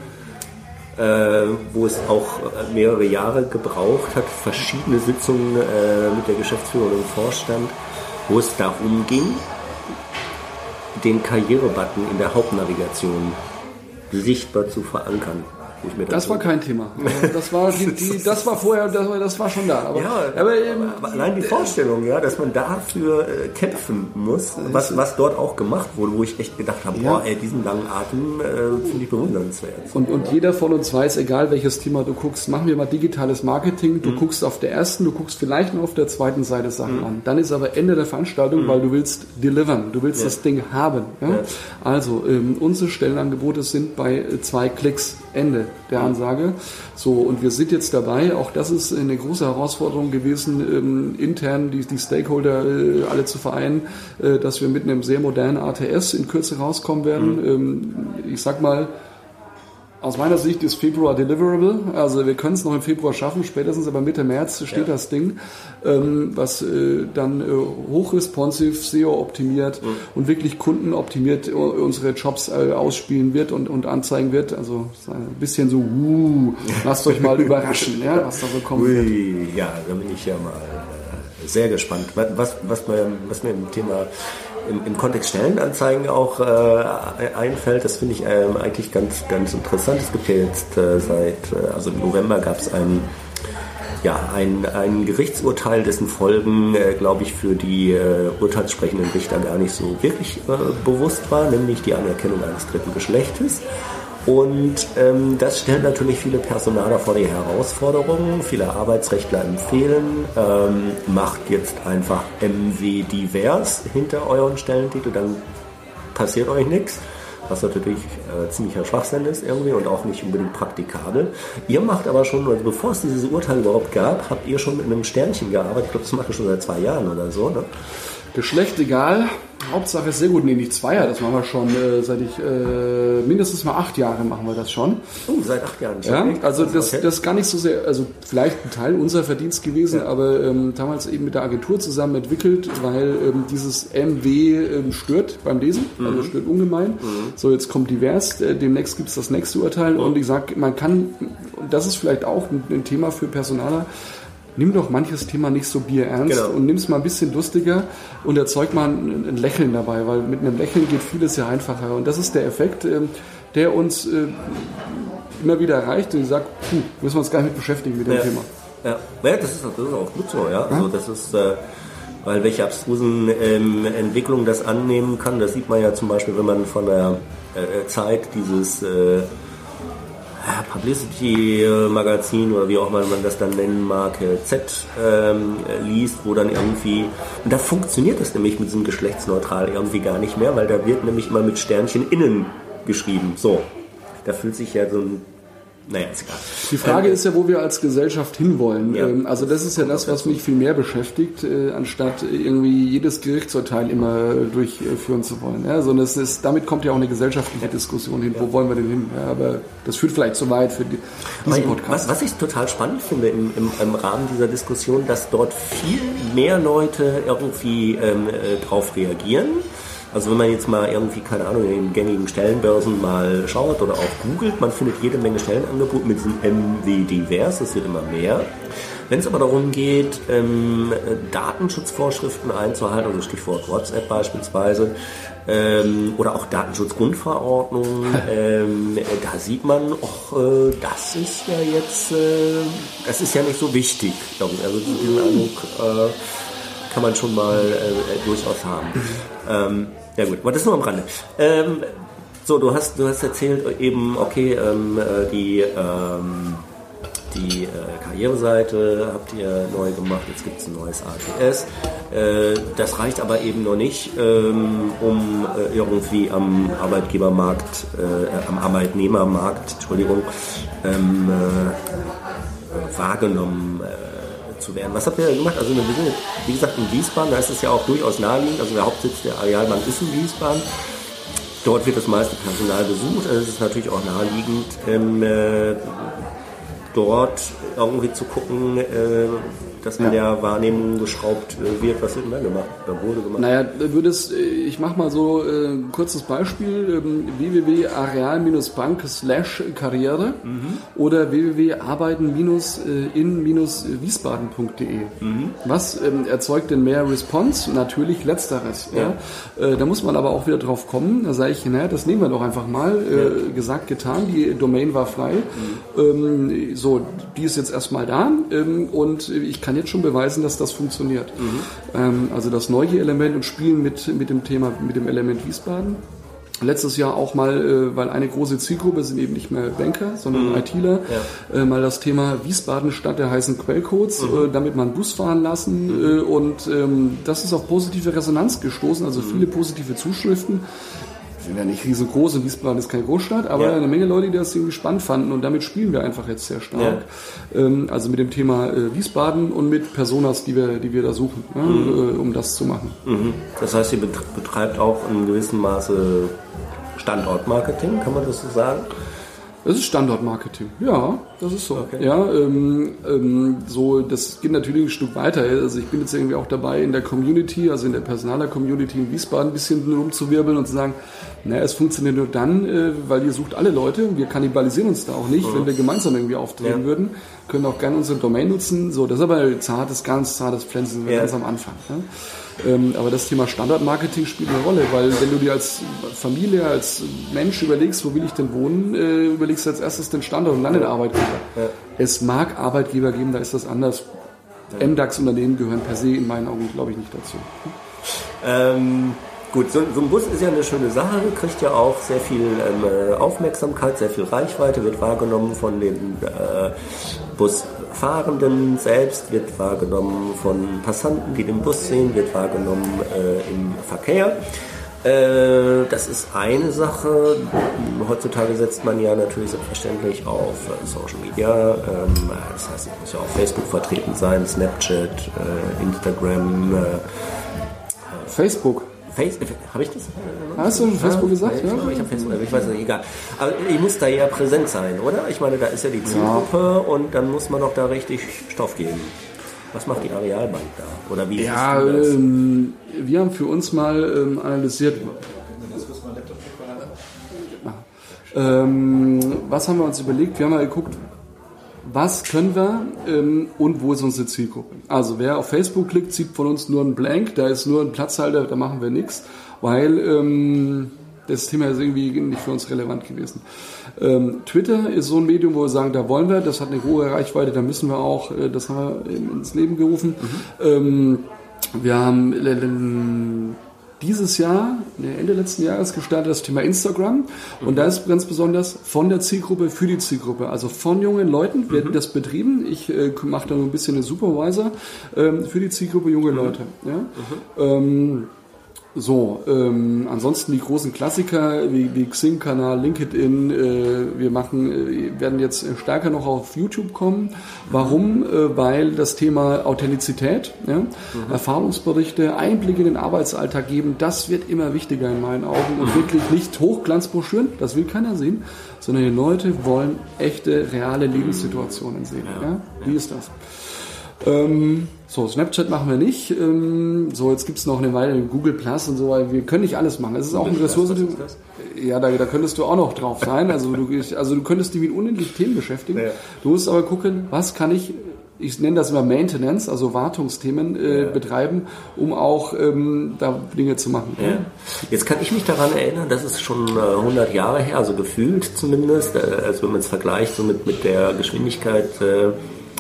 äh, wo es auch mehrere Jahre gebraucht hat, verschiedene Sitzungen äh, mit der Geschäftsführung und dem Vorstand, wo es darum ging, den Karrierebutton in der Hauptnavigation sichtbar zu verankern. Das war kein Thema. Das war, die, die, das war vorher, das war, das war schon da. Aber, ja, aber, ähm, aber allein die Vorstellung, ja, dass man dafür äh, kämpfen muss, was, was dort auch gemacht wurde, wo ich echt gedacht habe, ja. boah, ey, diesen langen Atem äh, finde ich bewundernswert. Und, und jeder von uns weiß, egal welches Thema du guckst, machen wir mal digitales Marketing, du mhm. guckst auf der ersten, du guckst vielleicht nur auf der zweiten Seite Sachen mhm. an. Dann ist aber Ende der Veranstaltung, mhm. weil du willst delivern, du willst ja. das Ding haben. Ja? Ja. Also, ähm, unsere Stellenangebote sind bei zwei Klicks. Ende der Ansage. So, und wir sind jetzt dabei, auch das ist eine große Herausforderung gewesen, ähm, intern die, die Stakeholder äh, alle zu vereinen, äh, dass wir mit einem sehr modernen A T S in Kürze rauskommen werden. Mhm. Ähm, ich sag mal, aus meiner Sicht ist Februar deliverable, also wir können es noch im Februar schaffen, spätestens aber Mitte März steht ja. das Ding, ähm, was äh, dann äh, hochresponsiv, S E O-optimiert mhm. und wirklich kundenoptimiert unsere Jobs äh, ausspielen wird und, und anzeigen wird. Also ein bisschen so, uh, lasst euch mal überraschen, ja, was da so kommt. Ui, ja, da bin ich ja mal äh, sehr gespannt. Was, was, mir, was mir im Thema Im, im Kontext Stellenanzeigen auch äh, einfällt, das finde ich ähm, eigentlich ganz, ganz interessant. Es gibt ja jetzt äh, seit, äh, also im November gab es ein, ja, ein, ein Gerichtsurteil, dessen Folgen, äh, glaube ich, für die äh, urteilssprechenden Richter gar nicht so wirklich äh, bewusst war, nämlich die Anerkennung eines dritten Geschlechtes. Und ähm, das stellt natürlich viele Personaler vor die Herausforderungen. Viele Arbeitsrechtler empfehlen, ähm, macht jetzt einfach M W divers hinter euren Stellentitel, dann passiert euch nichts. Was natürlich äh, ziemlicher Schwachsinn ist irgendwie und auch nicht unbedingt praktikabel. Ihr macht aber schon, also bevor es dieses Urteil überhaupt gab, habt ihr schon mit einem Sternchen gearbeitet. Ich glaube, das macht ihr schon seit zwei Jahren oder so, ne? Geschlecht egal, Hauptsache ist sehr gut. Nee, nicht zwei Jahre, das machen wir schon äh, seit ich, äh, mindestens mal acht Jahre machen wir das schon. Oh, seit acht Jahren schon. Ja, also das, okay. das ist gar nicht so sehr, also vielleicht ein Teil unserer Verdienst gewesen, ja. aber ähm, damals eben mit der Agentur zusammen entwickelt, weil ähm, dieses M W ähm, stört beim Lesen, mhm. also stört ungemein. Mhm. So, jetzt kommt divers, äh, demnächst gibt es das nächste Urteil mhm. und ich sag, man kann, und das ist vielleicht auch ein, ein Thema für Personaler, nimm doch manches Thema nicht so bierernst genau. und nimm es mal ein bisschen lustiger und erzeug mal ein, ein Lächeln dabei, weil mit einem Lächeln geht vieles ja einfacher. Und das ist der Effekt, der uns immer wieder erreicht und ich sage, puh, müssen wir uns gar nicht mit beschäftigen mit dem ja. Thema. Ja, ja das, ist, das ist auch gut so. Ja? Also das ist, äh, weil welche abstrusen ähm, Entwicklungen das annehmen kann, das sieht man ja zum Beispiel, wenn man von der äh, Zeit dieses... Äh, Publicity-Magazin oder wie auch immer man das dann nennen mag, Z ähm, liest, wo dann irgendwie, und da funktioniert das nämlich mit diesem geschlechtsneutral irgendwie gar nicht mehr, weil da wird nämlich immer mit Sternchen innen geschrieben. So, da fühlt sich ja so ein, naja, ist egal. Die Frage ähm, ist ja, wo wir als Gesellschaft hinwollen. Ja. Ähm, also das ist ja das, was mich viel mehr beschäftigt, äh, anstatt irgendwie jedes Gerichtsurteil immer durchführen zu wollen. Ja, sondern es ist, damit kommt ja auch eine gesellschaftliche Diskussion hin. Wo wollen wir denn hin? Ja, aber das führt vielleicht zu weit für die, diesen Podcast. Was, was ich total spannend finde im, im, im Rahmen dieser Diskussion, dass dort viel mehr Leute irgendwie ähm, äh, drauf reagieren. Also wenn man jetzt mal irgendwie, keine Ahnung, in den gängigen Stellenbörsen mal schaut oder auch googelt, man findet jede Menge Stellenangebote mit diesem M wie divers, das wird immer mehr. Wenn es aber darum geht, ähm, Datenschutzvorschriften einzuhalten, also Stichwort WhatsApp beispielsweise, ähm, oder auch Datenschutzgrundverordnung, ähm, da sieht man, och, äh, das ist ja jetzt, äh, das ist ja nicht so wichtig, glaube ich. Also diesen Eindruck äh, kann man schon mal äh, durchaus haben. Ähm, ja gut, aber das nur am Rande. Ähm, so, du hast, du hast erzählt eben, okay, ähm, die, ähm, die äh, Karriereseite habt ihr neu gemacht, jetzt gibt es ein neues A T S. Äh, das reicht aber eben noch nicht, ähm, um äh, irgendwie am Arbeitgebermarkt, äh, am Arbeitnehmermarkt, Entschuldigung, ähm, äh, wahrgenommen äh, zu werden. Was habt ihr gemacht? Also wir sind, wie gesagt, in Wiesbaden, da ist es ja auch durchaus naheliegend, also der Hauptsitz der Arealbank ist in Wiesbaden. Dort wird das meiste Personal besucht, also es ist natürlich auch naheliegend, ähm, äh, dort irgendwie zu gucken, äh, dass an ja. der Wahrnehmung geschraubt äh, wird, was wird denn da gemacht, da wurde gemacht. Naja, würdest, ich mache mal so äh, ein kurzes Beispiel, ähm, w w w punkt areal bank slash karriere mhm. oder w w w punkt arbeiten in wiesbaden punkt de. Mhm. Was ähm, erzeugt denn mehr Response? Natürlich letzteres. Ja. Ja. Äh, da muss man aber auch wieder drauf kommen, da sage ich, naja, das nehmen wir doch einfach mal, äh, ja. gesagt, getan, die Domain war frei, mhm. ähm, so, die ist jetzt erstmal da ähm, und ich kann jetzt schon beweisen, dass das funktioniert. Mhm. Ähm, also das Neugier-Element und Spielen mit, mit dem Thema, mit dem Element Wiesbaden. Letztes Jahr auch mal, äh, weil eine große Zielgruppe sind eben nicht mehr Banker, sondern mhm. ITler, ja. äh, mal das Thema Wiesbaden statt der heißen Quellcodes, mhm. äh, damit man Bus fahren lassen mhm. äh, und ähm, das ist auf positive Resonanz gestoßen, also mhm. viele positive Zuschriften. Sind ja nicht riesengroß und Wiesbaden ist keine Großstadt, aber ja. eine Menge Leute, die das irgendwie spannend fanden und damit spielen wir einfach jetzt sehr stark. Ja. Ähm, also mit dem Thema äh, Wiesbaden und mit Personas, die wir, die wir da suchen, ne, mhm. äh, um das zu machen. Mhm. Das heißt, ihr betreibt auch in gewissem Maße Standortmarketing, kann man das so sagen? Das ist Standortmarketing, ja, das ist so. Okay. Ja, ähm, ähm, so, das geht natürlich ein Stück weiter. Also ich bin jetzt irgendwie auch dabei, in der Community, also in der Personaler-Community in Wiesbaden ein bisschen rumzuwirbeln und zu sagen, naja, es funktioniert nur dann, äh, weil ihr sucht alle Leute und wir kannibalisieren uns da auch nicht, mhm. wenn wir gemeinsam irgendwie auftreten ja. würden. Können auch gerne unsere Domain nutzen. So, das ist aber ein zartes, ganz zartes Pflänzchen, ja. ganz am Anfang. Ne? Ähm, aber das Thema Standortmarketing spielt eine Rolle, weil wenn du dir als Familie, als Mensch überlegst, wo will ich denn wohnen, äh, überlegst du als erstes den Standort und dann den Arbeitgeber. Ja. Es mag Arbeitgeber geben, da ist das anders. Ja. M DAX-Unternehmen gehören per se in meinen Augen, glaube ich, nicht dazu. Ähm, gut, so, so ein Bus ist ja eine schöne Sache, kriegt ja auch sehr viel ähm, Aufmerksamkeit, sehr viel Reichweite, wird wahrgenommen von den äh, Busfahrenden selbst, wird wahrgenommen von Passanten, die den Bus sehen, wird wahrgenommen äh, im Verkehr. Äh, das ist eine Sache. Heutzutage setzt man ja natürlich selbstverständlich auf äh, Social Media. Ähm, das heißt, es muss ja auf Facebook vertreten sein, Snapchat, äh, Instagram. Äh, Facebook. Habe ich das? Hast du schon Facebook ja, gesagt? Ja, ich, ja? ich habe Facebook, ich weiß nicht, egal. Aber ich muss da ja präsent sein, oder? Ich meine, da ist ja die Zielgruppe ja. und dann muss man doch da richtig Stoff geben. Was macht die Arealbank da? Oder wie ja, du das? Ähm, wir haben für uns mal ähm, analysiert. Ähm, was haben wir uns überlegt? Wir haben mal geguckt, was können wir ähm, und wo ist unsere Zielgruppe? Also wer auf Facebook klickt, sieht von uns nur einen Blank, da ist nur ein Platzhalter, da machen wir nichts, weil ähm, das Thema ist irgendwie nicht für uns relevant gewesen. Ähm, Twitter ist so ein Medium, wo wir sagen, da wollen wir, das hat eine hohe Reichweite, da müssen wir auch, äh, das haben wir ins Leben gerufen. Mhm. Ähm, wir haben dieses Jahr, Ende letzten Jahres gestartet, das Thema Instagram. Und mhm. da ist ganz besonders von der Zielgruppe für die Zielgruppe. Also von jungen Leuten wird mhm. das betrieben. Ich äh, mache da so ein bisschen den Supervisor ähm, für die Zielgruppe junge Leute. Ja? Mhm. Ähm, So, ähm, ansonsten die großen Klassiker wie, wie Xing-Kanal, LinkedIn, äh, wir machen, äh, werden jetzt stärker noch auf YouTube kommen. Warum? Äh, weil das Thema Authentizität, ja, mhm. Erfahrungsberichte, Einblicke in den Arbeitsalltag geben, das wird immer wichtiger in meinen Augen und wirklich nicht Hochglanzbroschüren, das will keiner sehen, sondern die Leute wollen echte, reale Lebenssituationen sehen. Ja. Ja? Wie ist das? Ähm, so, Snapchat machen wir nicht. Ähm, so, jetzt gibt es noch eine Weile Google Plus und so, weil wir können nicht alles machen. Es ist auch ein Ressource. Ja, da, da könntest du auch noch drauf sein. Also du, also du könntest dich mit unendlichen Themen beschäftigen. Ja. Du musst aber gucken, was kann ich, ich nenne das immer Maintenance, also Wartungsthemen äh, ja. betreiben, um auch ähm, da Dinge zu machen. Ja. Jetzt kann ich mich daran erinnern, das ist schon äh, hundert Jahre her, also gefühlt zumindest, äh, also wenn man es vergleicht so mit, mit der Geschwindigkeit äh,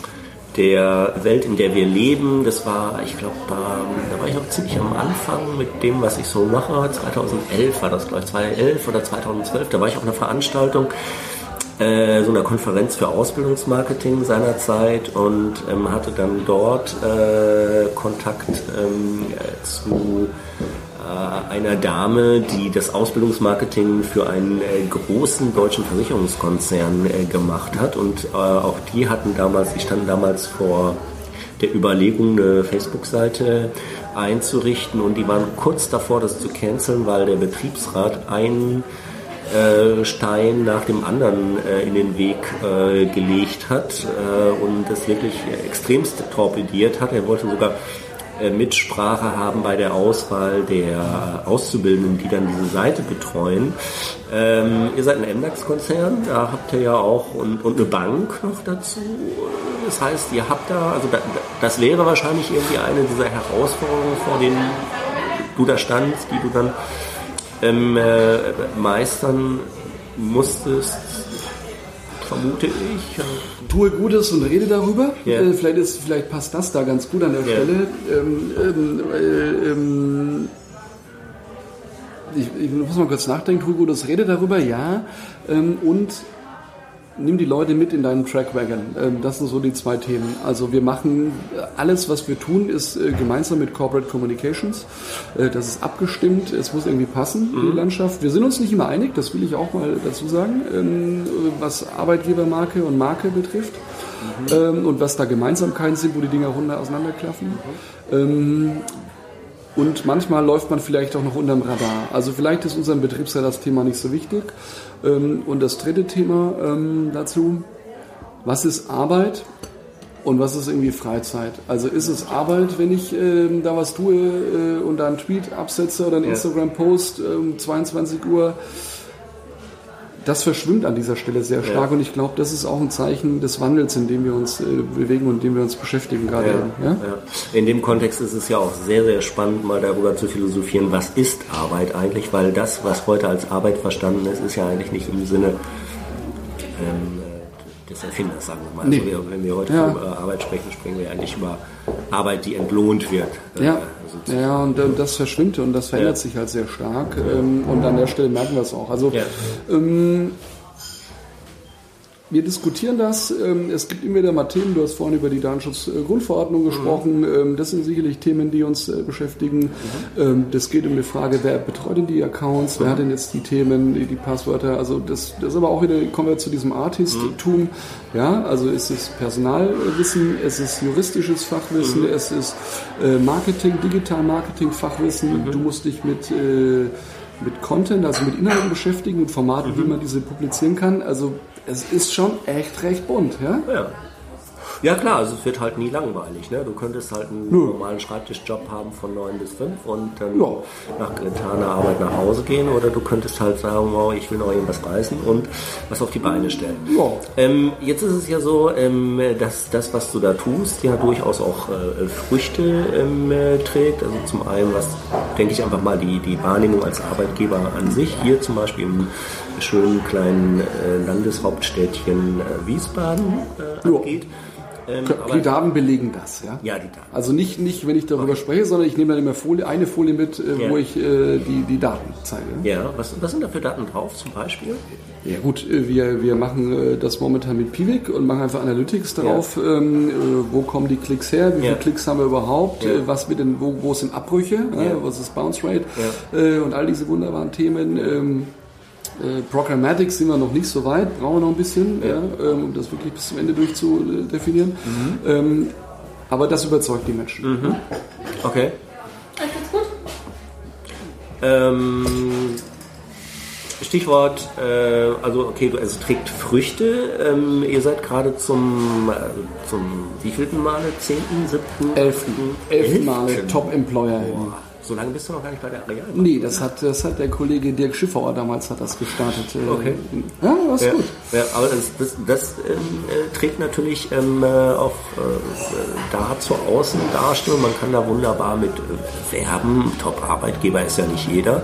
der Welt, in der wir leben. Das war, ich glaube, da, da war ich noch ziemlich am Anfang mit dem, was ich so mache. zweitausendelf war das, glaube ich, zweitausendelf oder zweitausendzwölf. Da war ich auf einer Veranstaltung, äh, so einer Konferenz für Ausbildungsmarketing seinerzeit und ähm, hatte dann dort äh, Kontakt ähm, zu einer Dame, die das Ausbildungsmarketing für einen äh, großen deutschen Versicherungskonzern äh, gemacht hat und äh, auch die hatten damals, die standen damals vor der Überlegung, eine Facebook-Seite einzurichten und die waren kurz davor, das zu canceln, weil der Betriebsrat ein äh, Stein nach dem anderen äh, in den Weg äh, gelegt hat äh, und das wirklich extremst torpediert hat. Er wollte sogar Mitsprache haben bei der Auswahl der Auszubildenden, die dann diese Seite betreuen. Ähm, ihr seid ein M DAX-Konzern, da habt ihr ja auch und, und eine Bank noch dazu. Das heißt, ihr habt da, also da, das wäre wahrscheinlich irgendwie eine dieser Herausforderungen, vor denen du da standst, die du dann ähm, äh, meistern musstest, vermute ich. Tue Gutes und rede darüber. Yeah. Äh, vielleicht, ist, vielleicht passt das da ganz gut an der yeah. Stelle. Ähm, ähm, äh, ähm, ich, ich muss mal kurz nachdenken. Tue Gutes, rede darüber, ja. Ähm, und nimm die Leute mit in deinen Trackwagon. Ähm, das sind so die zwei Themen. Also wir machen alles, was wir tun, ist äh, gemeinsam mit Corporate Communications. Äh, das ist abgestimmt. Es muss irgendwie passen, mhm. die Landschaft. Wir sind uns nicht immer einig, das will ich auch mal dazu sagen, ähm, was Arbeitgebermarke und Marke betrifft. Mhm. Ähm, und was da Gemeinsamkeiten sind, wo die Dinger runter auseinanderklaffen. Mhm. Ähm, Und manchmal läuft man vielleicht auch noch unterm Radar. Also vielleicht ist unserem Betriebsrat das Thema nicht so wichtig. Und das dritte Thema dazu, was ist Arbeit und was ist irgendwie Freizeit? Also ist es Arbeit, wenn ich da was tue und da einen Tweet absetze oder einen ja. Instagram-Post um zweiundzwanzig Uhr? Das verschwimmt an dieser Stelle sehr stark ja. und ich glaube, das ist auch ein Zeichen des Wandels, in dem wir uns äh, bewegen und in dem wir uns beschäftigen gerade. Ja, ja? Ja. In dem Kontext ist es ja auch sehr, sehr spannend, mal darüber zu philosophieren, was ist Arbeit eigentlich, weil das, was heute als Arbeit verstanden ist, ist ja eigentlich nicht im Sinne ähm, des Erfinders, sagen wir mal. Nee. Also wir, wenn wir heute ja. über Arbeit sprechen, sprechen wir eigentlich über Arbeit, die entlohnt wird. Ja, äh, ja und, und das verschwimmt und das verändert ja. sich halt sehr stark. Ähm, und an der Stelle merken wir es auch. Also ja. ähm, wir diskutieren das. Ähm, es gibt immer wieder mal Themen. Du hast vorhin über die Datenschutzgrundverordnung gesprochen. Mhm. Ähm, das sind sicherlich Themen, die uns äh, beschäftigen. Mhm. Ähm, das geht um die Frage, wer betreut denn die Accounts? Mhm. Wer hat denn jetzt die Themen, die, die Passwörter? Also das, das ist aber auch wieder, kommen wir zu diesem Artisttum. Mhm. Ja, also es ist Personalwissen, es ist juristisches Fachwissen, mhm. es ist äh, Marketing, Digital-Marketing-Fachwissen. Mhm. Du musst dich mit äh, mit Content, also mit Inhalten beschäftigen, mit Formaten, mhm. wie man diese publizieren kann. Also es ist schon echt recht bunt, ja? Ja. Ja klar, also es wird halt nie langweilig. Ne? Du könntest halt einen ja. normalen Schreibtischjob haben von neun bis fünf und dann ja. nach getaner Arbeit nach Hause gehen oder du könntest halt sagen, wow, ich will noch irgendwas reißen und was auf die Beine stellen. Ja. Ähm, jetzt ist es ja so, ähm, dass das, was du da tust, ja durchaus auch äh, Früchte ähm, äh, trägt. Also zum einen, was, denke ich, einfach mal die, die Wahrnehmung als Arbeitgeber an sich, hier zum Beispiel im schönen kleinen äh, Landeshauptstädtchen äh, Wiesbaden äh, angeht. Ähm, die Daten belegen das, ja? Ja, die Daten. Also nicht, nicht wenn ich darüber okay. spreche, sondern ich nehme dann immer Folie, eine Folie mit, äh, ja. wo ich äh, die, die Daten zeige. Ja, was, was sind da für Daten drauf zum Beispiel? Ja gut, wir, wir machen äh, das momentan mit Piwik und machen einfach Analytics drauf. Ja. Ähm, äh, wo kommen die Klicks her? Wie ja. viele Klicks haben wir überhaupt? Ja. Äh, was mit den, wo, wo sind Abbrüche? Ja. Äh, was ist Bounce Rate? Ja. Äh, und all diese wunderbaren Themen. Ähm, Äh, Programmatic sind wir noch nicht so weit, brauchen wir noch ein bisschen, ja. Ja, um das wirklich bis zum Ende durchzudefinieren. Mhm. Ähm, aber das überzeugt die Menschen. Mhm. Okay. Alles gut? Ähm, Stichwort, äh, also okay, es trägt Früchte. Ähm, ihr seid gerade zum, äh, zum wievielten Male? Zehnten, siebten? Elften. Elften Male Top-Employer. So lange bist du noch gar nicht bei der Areal? Nee, das hat, das hat der Kollege Dirk Schiffauer damals hat das gestartet. Okay. Ja, war's ja, gut. Ja, aber das, das, das ähm, äh, trägt natürlich ähm, auch äh, da zur Außendarstellung. Man kann da wunderbar mit äh, werben. Top-Arbeitgeber ist ja nicht jeder.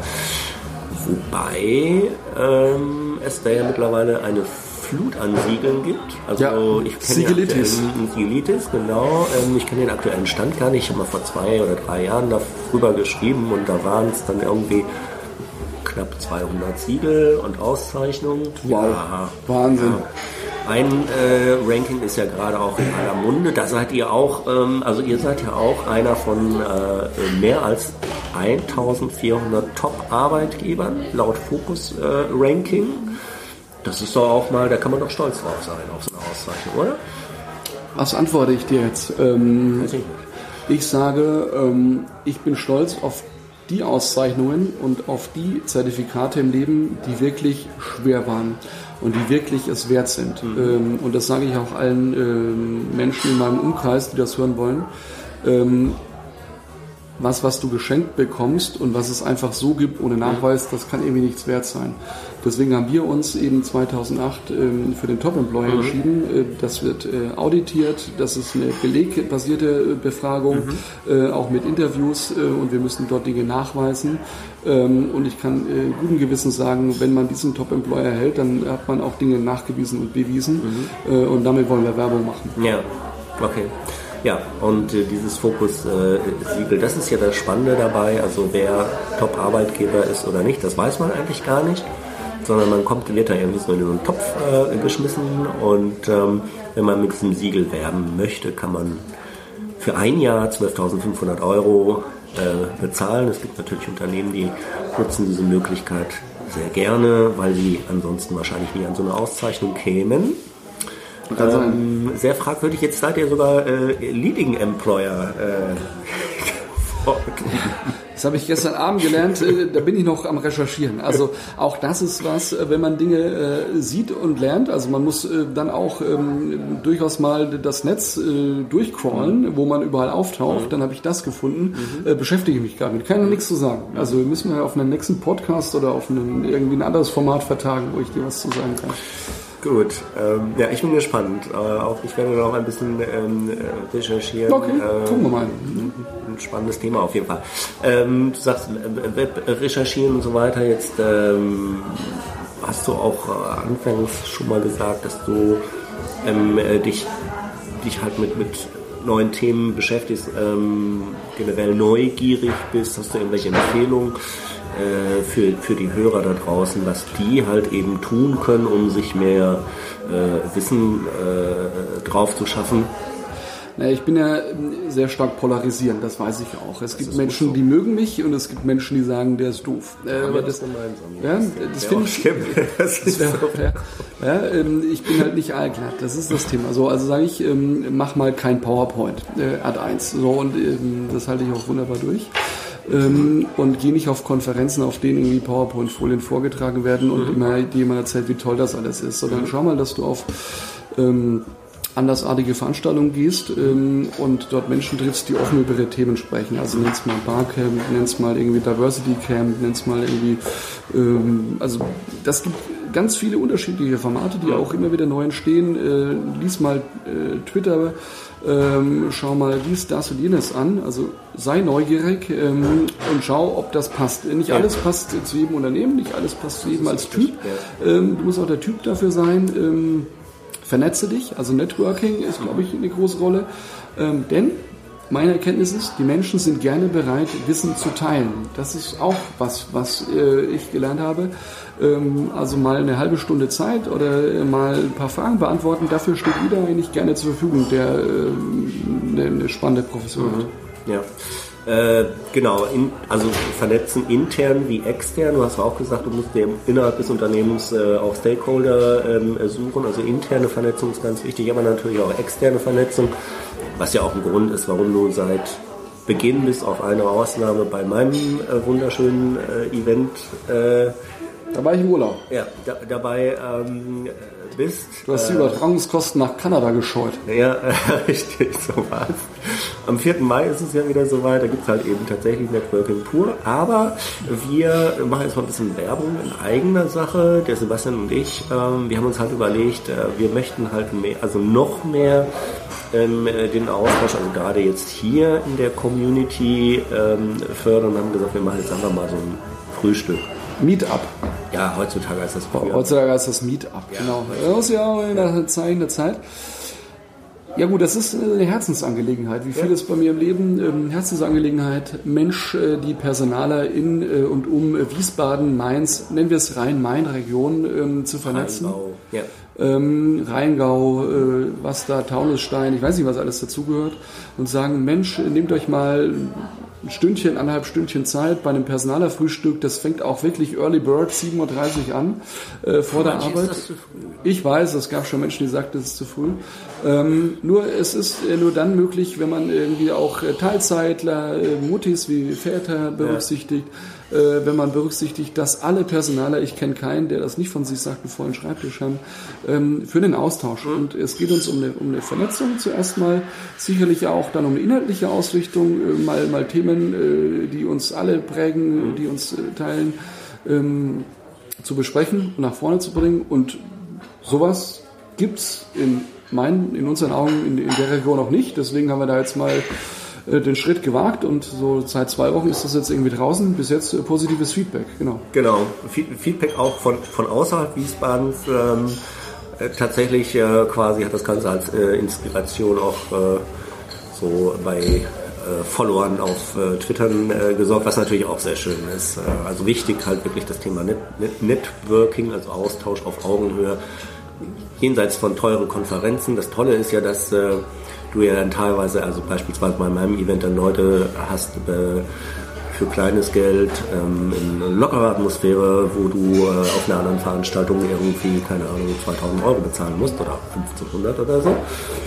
Wobei ähm, es da ja mittlerweile eine Flut an Siegeln gibt. Also ja, ich kenne Sigilitis. Den Sigilitis, genau. Ähm, ich kenne den aktuellen Stand gar nicht. Ich habe mal vor zwei oder drei Jahren darüber geschrieben und da waren es dann irgendwie knapp zweihundert Siegel und Auszeichnungen. Wow, ja, Wahnsinn. Ja. Ein äh, Ranking ist ja gerade auch in aller Munde. Da seid ihr auch, ähm, also ihr seid ja auch einer von äh, mehr als eintausendvierhundert Top-Arbeitgebern laut Focus-Ranking. Äh, Das ist doch auch mal, da kann man doch stolz drauf sein, auf so eine Auszeichnung, oder? Was antworte ich dir jetzt? Ähm, ich sage, ähm, ich bin stolz auf die Auszeichnungen und auf die Zertifikate im Leben, die wirklich schwer waren und die wirklich es wert sind. Mhm. Ähm, und das sage ich auch allen ähm, Menschen in meinem Umkreis, die das hören wollen. Ähm, was, was du geschenkt bekommst und was es einfach so gibt ohne Nachweis, das kann irgendwie nichts wert sein. Deswegen haben wir uns eben zweitausendacht ähm, für den Top-Employer mhm. entschieden. Äh, das wird äh, auditiert, das ist eine belegbasierte Befragung, mhm. äh, auch mit Interviews äh, und wir müssen dort Dinge nachweisen. Ähm, und ich kann äh, guten Gewissens sagen, wenn man diesen Top-Employer hält, dann hat man auch Dinge nachgewiesen und bewiesen mhm. äh, und damit wollen wir Werbung machen. Ja, okay. Ja, und äh, dieses Fokus-Siegel, äh, das ist ja das Spannende dabei, also wer Top-Arbeitgeber ist oder nicht, das weiß man eigentlich gar nicht, sondern man kommt, wird da irgendwie so in so einen Topf äh, geschmissen und ähm, wenn man mit diesem Siegel werben möchte, kann man für ein Jahr zwölftausendfünfhundert Euro äh, bezahlen. Es gibt natürlich Unternehmen, die nutzen diese Möglichkeit sehr gerne, weil sie ansonsten wahrscheinlich nie an so eine Auszeichnung kämen. Ähm, sehr fragwürdig, jetzt seid ihr sogar äh, Leading Employer. Äh, das habe ich gestern Abend gelernt, äh, da bin ich noch am Recherchieren. Also auch das ist was, wenn man Dinge äh, sieht und lernt. Also man muss äh, dann auch ähm, durchaus mal das Netz äh, durchcrawlen, mhm. wo man überall auftaucht. Mhm. Dann habe ich das gefunden, mhm. äh, beschäftige mich gerade mit. Kann ja nichts zu sagen. Also wir müssen ja auf einen nächsten Podcast oder auf einen, irgendwie ein anderes Format vertagen, wo ich dir was zu sagen kann. Gut, ähm, ja, ich bin gespannt. Äh, auch ich werde noch ein bisschen ähm, recherchieren. Okay, äh, tun wir mal. Ein spannendes Thema auf jeden Fall. Ähm, du sagst äh, Web recherchieren und so weiter. Jetzt ähm, hast du auch äh, anfangs schon mal gesagt, dass du ähm, äh, dich, dich halt mit, mit neuen Themen beschäftigst, ähm, generell neugierig bist. Hast du irgendwelche Empfehlungen Für, für die Hörer da draußen, was die halt eben tun können, um sich mehr äh, Wissen äh, drauf zu schaffen? Naja, ich bin ja sehr stark polarisierend, das weiß ich auch. Es das gibt Menschen, so. die mögen mich und es gibt Menschen, die sagen, der ist doof. Äh, aber das, das gemeinsam. Ja, das, das finde ich. Das ist wär, so. ja, ja, ähm, ich bin halt nicht allglatt, das ist das Thema. So, also sage ich, ähm, mach mal kein PowerPoint, äh, Ad eins. So, und ähm, das halte ich auch wunderbar durch. Ähm, und gehe nicht auf Konferenzen, auf denen irgendwie PowerPoint-Folien vorgetragen werden und mhm. immer jemand erzählt, wie toll das alles ist, sondern schau mal, dass du auf ähm, andersartige Veranstaltungen gehst ähm, und dort Menschen triffst, die offen über ihre Themen sprechen. Also nenn's mal Barcamp, nenn's mal irgendwie Diversity Camp, nenn's mal irgendwie, ähm, also das gibt ganz viele unterschiedliche Formate, die auch immer wieder neu entstehen. Äh, lies mal äh, Twitter, ähm, schau mal dies, das und jenes an. Also sei neugierig ähm, und schau, ob das passt. Nicht alles passt zu jedem Unternehmen, nicht alles passt zu jedem als Typ. Ähm, du musst auch der Typ dafür sein. Ähm, vernetze dich, also Networking ist, glaube ich, eine große Rolle, ähm, denn meine Erkenntnis ist, die Menschen sind gerne bereit, Wissen zu teilen. Das ist auch was, was äh, ich gelernt habe. Ähm, also mal eine halbe Stunde Zeit oder äh, mal ein paar Fragen beantworten, dafür steht jeder eigentlich gerne zur Verfügung, der äh, eine, eine spannende Profession hat. Mhm. Ja. Äh, genau, in, also vernetzen intern wie extern. Du hast auch gesagt, du musst dir innerhalb des Unternehmens äh, auch Stakeholder ähm, suchen. Also interne Vernetzung ist ganz wichtig, aber natürlich auch externe Vernetzung, was ja auch ein Grund ist, warum du seit Beginn bis auf eine Ausnahme bei meinem äh, wunderschönen äh, Event äh, da war ich im Urlaub. Ja, da, dabei ähm, bist. Du hast die äh, Übertragungskosten nach Kanada gescheut. Ja, äh, richtig, so war's. Am vierten Mai ist es ja wieder soweit, da gibt es halt eben tatsächlich Networking pur, aber wir machen jetzt mal ein bisschen Werbung in eigener Sache, der Sebastian und ich, ähm, wir haben uns halt überlegt, äh, wir möchten halt mehr, also noch mehr ähm, den Austausch, also gerade jetzt hier in der Community ähm, fördern und haben gesagt, wir machen jetzt einfach mal so ein Frühstück. Meetup. Ja, heutzutage heißt das früher. Heutzutage heißt das Meetup, ja, genau. Das ist ja in der Zeit, in der Zeit. Ja gut, das ist eine Herzensangelegenheit, wie vieles ja. bei mir im Leben. Ähm, Herzensangelegenheit, Mensch, äh, die Personaler in äh, und um Wiesbaden, Mainz, nennen wir es Rhein-Main-Region, ähm, zu vernetzen. Rheingau, ja. Ähm, Rheingau, äh, was da, Taunusstein, ich weiß nicht, was alles dazugehört. Und sagen, Mensch, nehmt euch mal ein Stündchen, anderthalb Stündchen Zeit bei einem Personalerfrühstück. Das fängt auch wirklich Early Bird, sieben Uhr dreißig an, äh, vor der Arbeit. Ist das zu früh? Ich weiß, es gab schon Menschen, die sagten, das ist zu früh. Ähm, nur es ist äh, nur dann möglich, wenn man irgendwie auch äh, Teilzeitler, äh, Muttis wie Väter berücksichtigt, ja. äh, wenn man berücksichtigt, dass alle Personaler, ich kenne keinen, der das nicht von sich sagt, einen vollen Schreibtisch haben, ähm, für den Austausch. Mhm. Und es geht uns um eine, um eine Vernetzung zuerst mal, sicherlich auch dann um eine inhaltliche Ausrichtung, äh, mal, mal Themen, äh, die uns alle prägen, mhm. die uns äh, teilen, ähm, zu besprechen und nach vorne zu bringen. Und sowas gibt's in meinen, in unseren Augen in, in der Region auch nicht. Deswegen haben wir da jetzt mal äh, den Schritt gewagt und so seit zwei Wochen ist das jetzt irgendwie draußen. Bis jetzt äh, positives Feedback, genau. Genau, Feedback auch von, von außerhalb Wiesbadens. Ähm, äh, tatsächlich äh, quasi hat das Ganze als äh, Inspiration auch äh, so bei äh, Followern auf äh, Twitter äh, gesorgt, was natürlich auch sehr schön ist. Äh, also wichtig halt wirklich das Thema Net, Net, Networking, also Austausch auf Augenhöhe, jenseits von teuren Konferenzen. Das Tolle ist ja, dass äh, du ja dann teilweise, also beispielsweise bei meinem Event dann Leute hast äh, für kleines Geld ähm, in eine lockere Atmosphäre, wo du äh, auf einer anderen Veranstaltung irgendwie, keine Ahnung, zweitausend Euro bezahlen musst oder fünfzehnhundert oder so.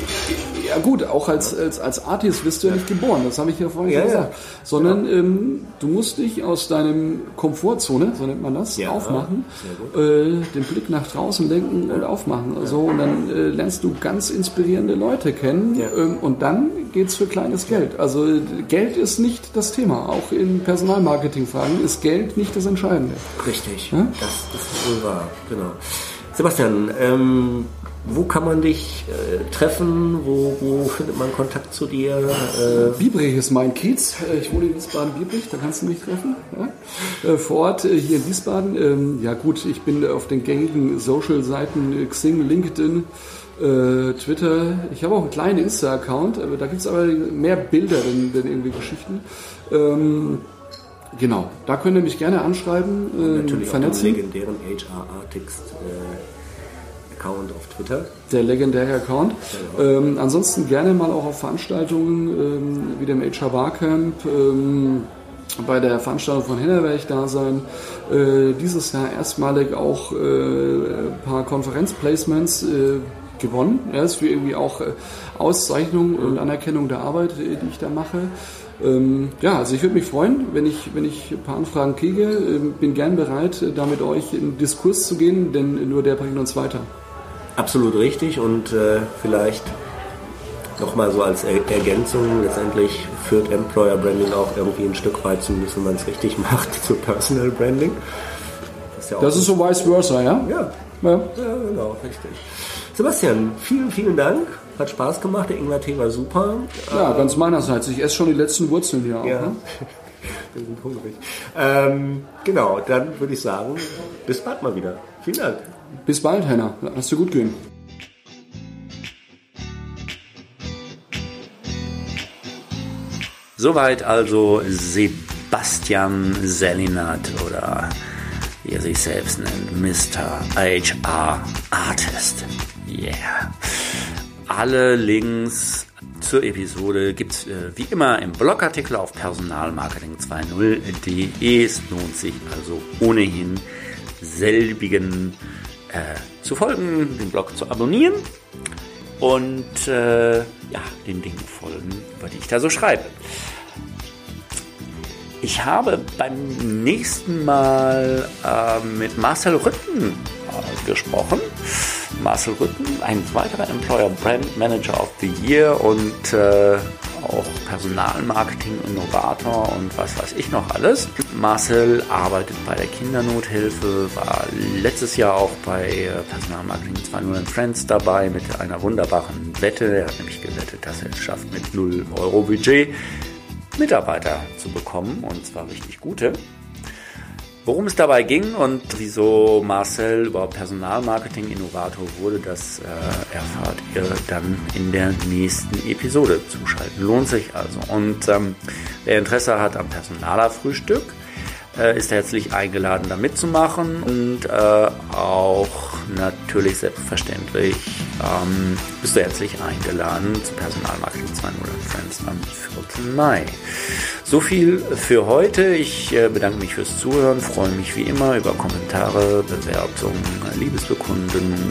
Ja gut, auch als, als, als Artist wirst du ja nicht geboren, das habe ich ja vorhin ja, schon gesagt. Ja. Sondern ja. ähm, du musst dich aus deinem Komfortzone, so nennt man das, ja, aufmachen, äh, den Blick nach draußen lenken ja. und aufmachen. Ja. So, und dann äh, lernst du ganz inspirierende Leute kennen ja. ähm, und dann geht's für kleines Geld. Also Geld ist nicht das Thema. Auch in Personalmarketing-Fragen ist Geld nicht das Entscheidende. Richtig, ja? das, das ist wohl wahr, genau. Sebastian, ähm, wo kann man dich äh, treffen? Wo, wo findet man Kontakt zu dir? Äh, Biebrich ist mein Kiez. Ich wohne in Wiesbaden-Biebrich, da kannst du mich treffen. Ja? Äh, vor Ort äh, hier in Wiesbaden. Ähm, ja gut, ich bin auf den gängigen Social-Seiten äh, Xing, LinkedIn, äh, Twitter. Ich habe auch einen kleinen Insta-Account. Äh, da gibt es aber mehr Bilder denn, denn irgendwie Geschichten. Ähm, genau, da könnt ihr mich gerne anschreiben, äh, natürlich vernetzen. Auch den legendären H R-Artist äh Account auf Twitter. Der legendäre Account. Genau. Ähm, ansonsten gerne mal auch auf Veranstaltungen ähm, wie dem H R Barcamp. Ähm, bei der Veranstaltung von Henna werde ich da sein. Äh, dieses Jahr erstmalig auch äh, ein paar Konferenzplacements äh, gewonnen. Ja, das ist für irgendwie auch äh, Auszeichnung mhm. und Anerkennung der Arbeit, äh, die ich da mache. Ähm, ja, also ich würde mich freuen, wenn ich, wenn ich ein paar Anfragen kriege. Äh, bin gern bereit, da mit euch in Diskurs zu gehen, denn nur der bringt uns weiter. Absolut richtig und äh, vielleicht nochmal so als er- Ergänzung, letztendlich führt Employer Branding auch irgendwie ein Stück weit, zumindest wenn man es richtig macht, zu Personal Branding. Das ist, ja auch das ist so vice versa, ja? Ja. Ja. Ja, genau, richtig. Sebastian, vielen, vielen Dank. Hat Spaß gemacht, der Ingwer-Tee war super. Ja, ganz meinerseits. Ich esse schon die letzten Wurzeln hier auch. Ja. Ne? Wir sind hungrig. Ähm, genau, dann würde ich sagen, bis bald mal wieder. Vielen Dank. Bis bald, Henna. Lass dir gut gehen. Soweit also Sebastian Selinat oder wie er sich selbst nennt, Mister H R Artist. Yeah. Alle Links zur Episode gibt es äh, wie immer im Blogartikel auf personalmarketing zwei punkt null punkt de. Es lohnt sich also ohnehin selbigen äh, zu folgen, den Blog zu abonnieren und äh, ja, den Dingen folgen, über die ich da so schreibe. Ich habe beim nächsten Mal äh, mit Marcel Rütten äh, gesprochen. Marcel Rütten, ein weiterer Employer Brand Manager of the Year und äh, auch Personalmarketing-Innovator und was weiß ich noch alles. Marcel arbeitet bei der Kindernothilfe, war letztes Jahr auch bei Personalmarketing zwei punkt null and Friends dabei mit einer wunderbaren Wette. Er hat nämlich gewettet, dass er es schafft, mit null Euro Budget Mitarbeiter zu bekommen, und zwar richtig gute. Worum es dabei ging und wieso Marcel überhaupt Personalmarketing-Innovator wurde, das äh, erfahrt ihr dann in der nächsten Episode. Zuschalten lohnt sich also. Und ähm, wer Interesse hat am Personaler-Frühstück, äh, ist herzlich eingeladen, da mitzumachen. Und äh, auch natürlich selbstverständlich ähm, bist du herzlich eingeladen zu Personalmarketing zwei punkt null and Friends am vierten Mai. So viel für heute. Ich äh, bedanke mich fürs Zuhören, freue mich wie immer über Kommentare, Bewertungen, Liebesbekundungen,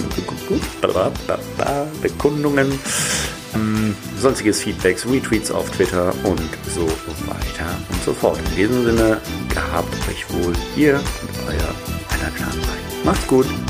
Bekundungen, ähm, sonstiges Feedbacks, Retweets auf Twitter und so weiter und so fort. In diesem Sinne, gehabt euch wohl, ihr und euer Einer Clan. Macht's gut!